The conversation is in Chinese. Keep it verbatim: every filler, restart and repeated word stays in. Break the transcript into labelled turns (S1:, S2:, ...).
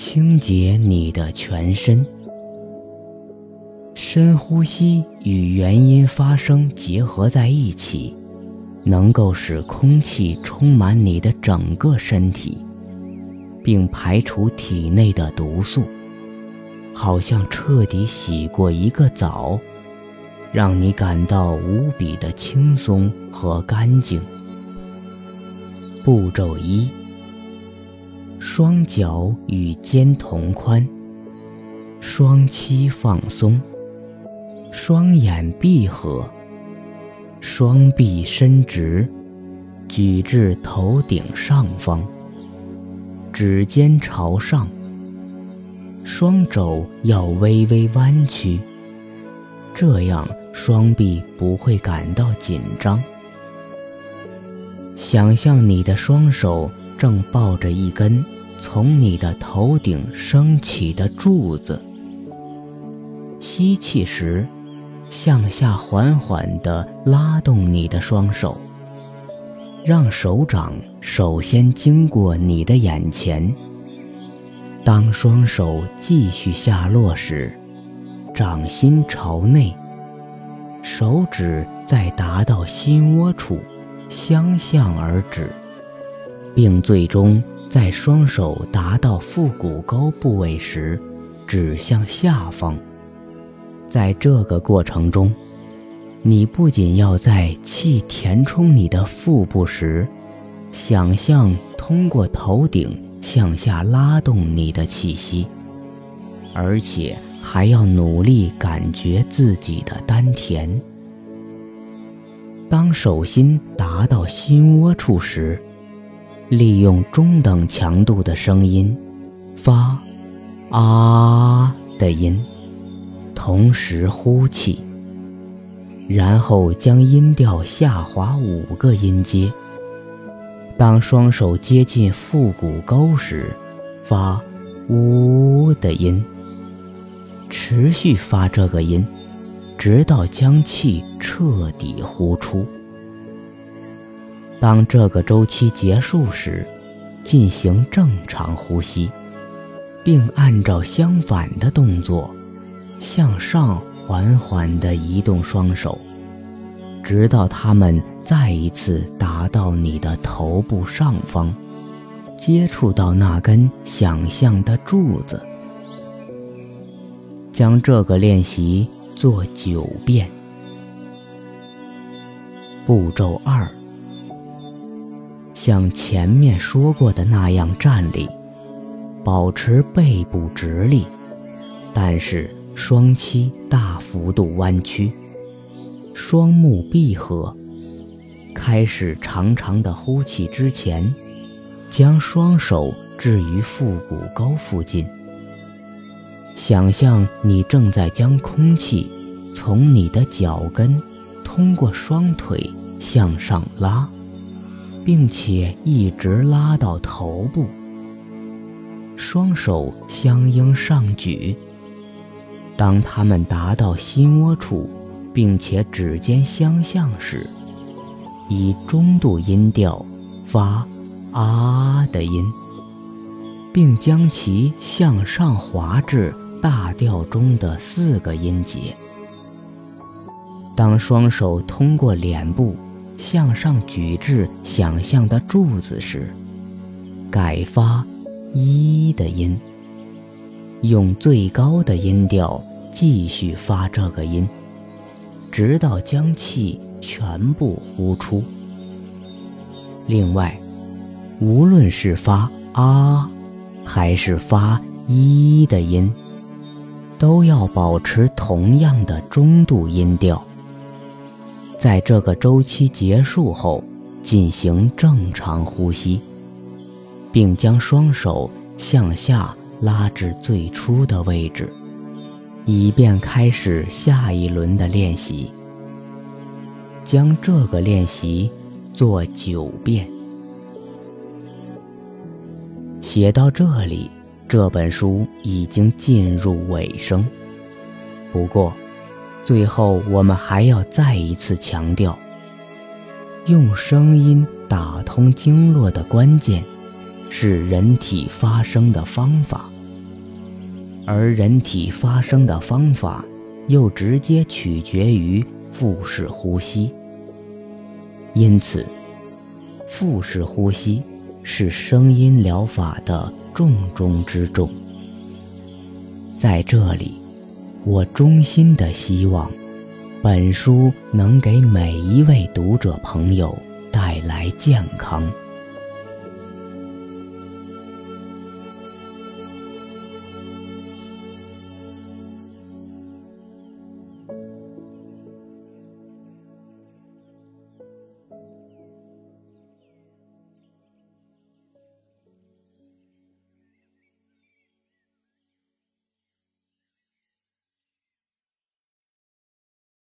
S1: 清洁你的全身。深呼吸与元音发声结合在一起，能够使空气充满你的整个身体，并排除体内的毒素，好像彻底洗过一个澡，让你感到无比的轻松和干净。步骤一，双脚与肩同宽，双膝放松，双眼闭合，双臂伸直，举至头顶上方，指尖朝上，双肘要微微弯曲，这样双臂不会感到紧张。想象你的双手正抱着一根从你的头顶升起的柱子，吸气时向下缓缓地拉动你的双手，让手掌首先经过你的眼前。当双手继续下落时，掌心朝内，手指在达到心窝处相向而止，并最终在双手达到腹股沟部位时指向下方。在这个过程中，你不仅要在气填充你的腹部时，想象通过头顶向下拉动你的气息，而且还要努力感觉自己的丹田。当手心达到心窝处时，利用中等强度的声音发啊的音，同时呼气，然后将音调下滑五个音阶。当双手接近腹股沟时，发呜的音，持续发这个音，直到将气彻底呼出。当这个周期结束时，进行正常呼吸，并按照相反的动作向上缓缓地移动双手，直到它们再一次达到你的头部上方，接触到那根想象的柱子。将这个练习做九遍。步骤二，像前面说过的那样站立，保持背部直立，但是双膝大幅度弯曲，双目闭合。开始长长的呼气之前，将双手置于腹股沟附近，想象你正在将空气从你的脚跟通过双腿向上拉，并且一直拉到头部。双手相应上举，当它们达到心窝处并且指尖相向时，以中度音调发啊的音，并将其向上滑至大调中的四个音节。当双手通过脸部向上举至想象的柱子时，改发一的音，用最高的音调继续发这个音，直到将气全部呼出。另外，无论是发啊还是发一的音，都要保持同样的中度音调。在这个周期结束后，进行正常呼吸，并将双手向下拉至最初的位置，以便开始下一轮的练习。将这个练习做九遍。写到这里，这本书已经进入尾声。不过，最后我们还要再一次强调，用声音打通经络的关键是人体发声的方法， 而人体发声的方法又直接取决于腹式呼吸。因此，腹式呼吸是声音疗法的重中之重。在这里，我衷心地希望本书能给每一位读者朋友带来健康。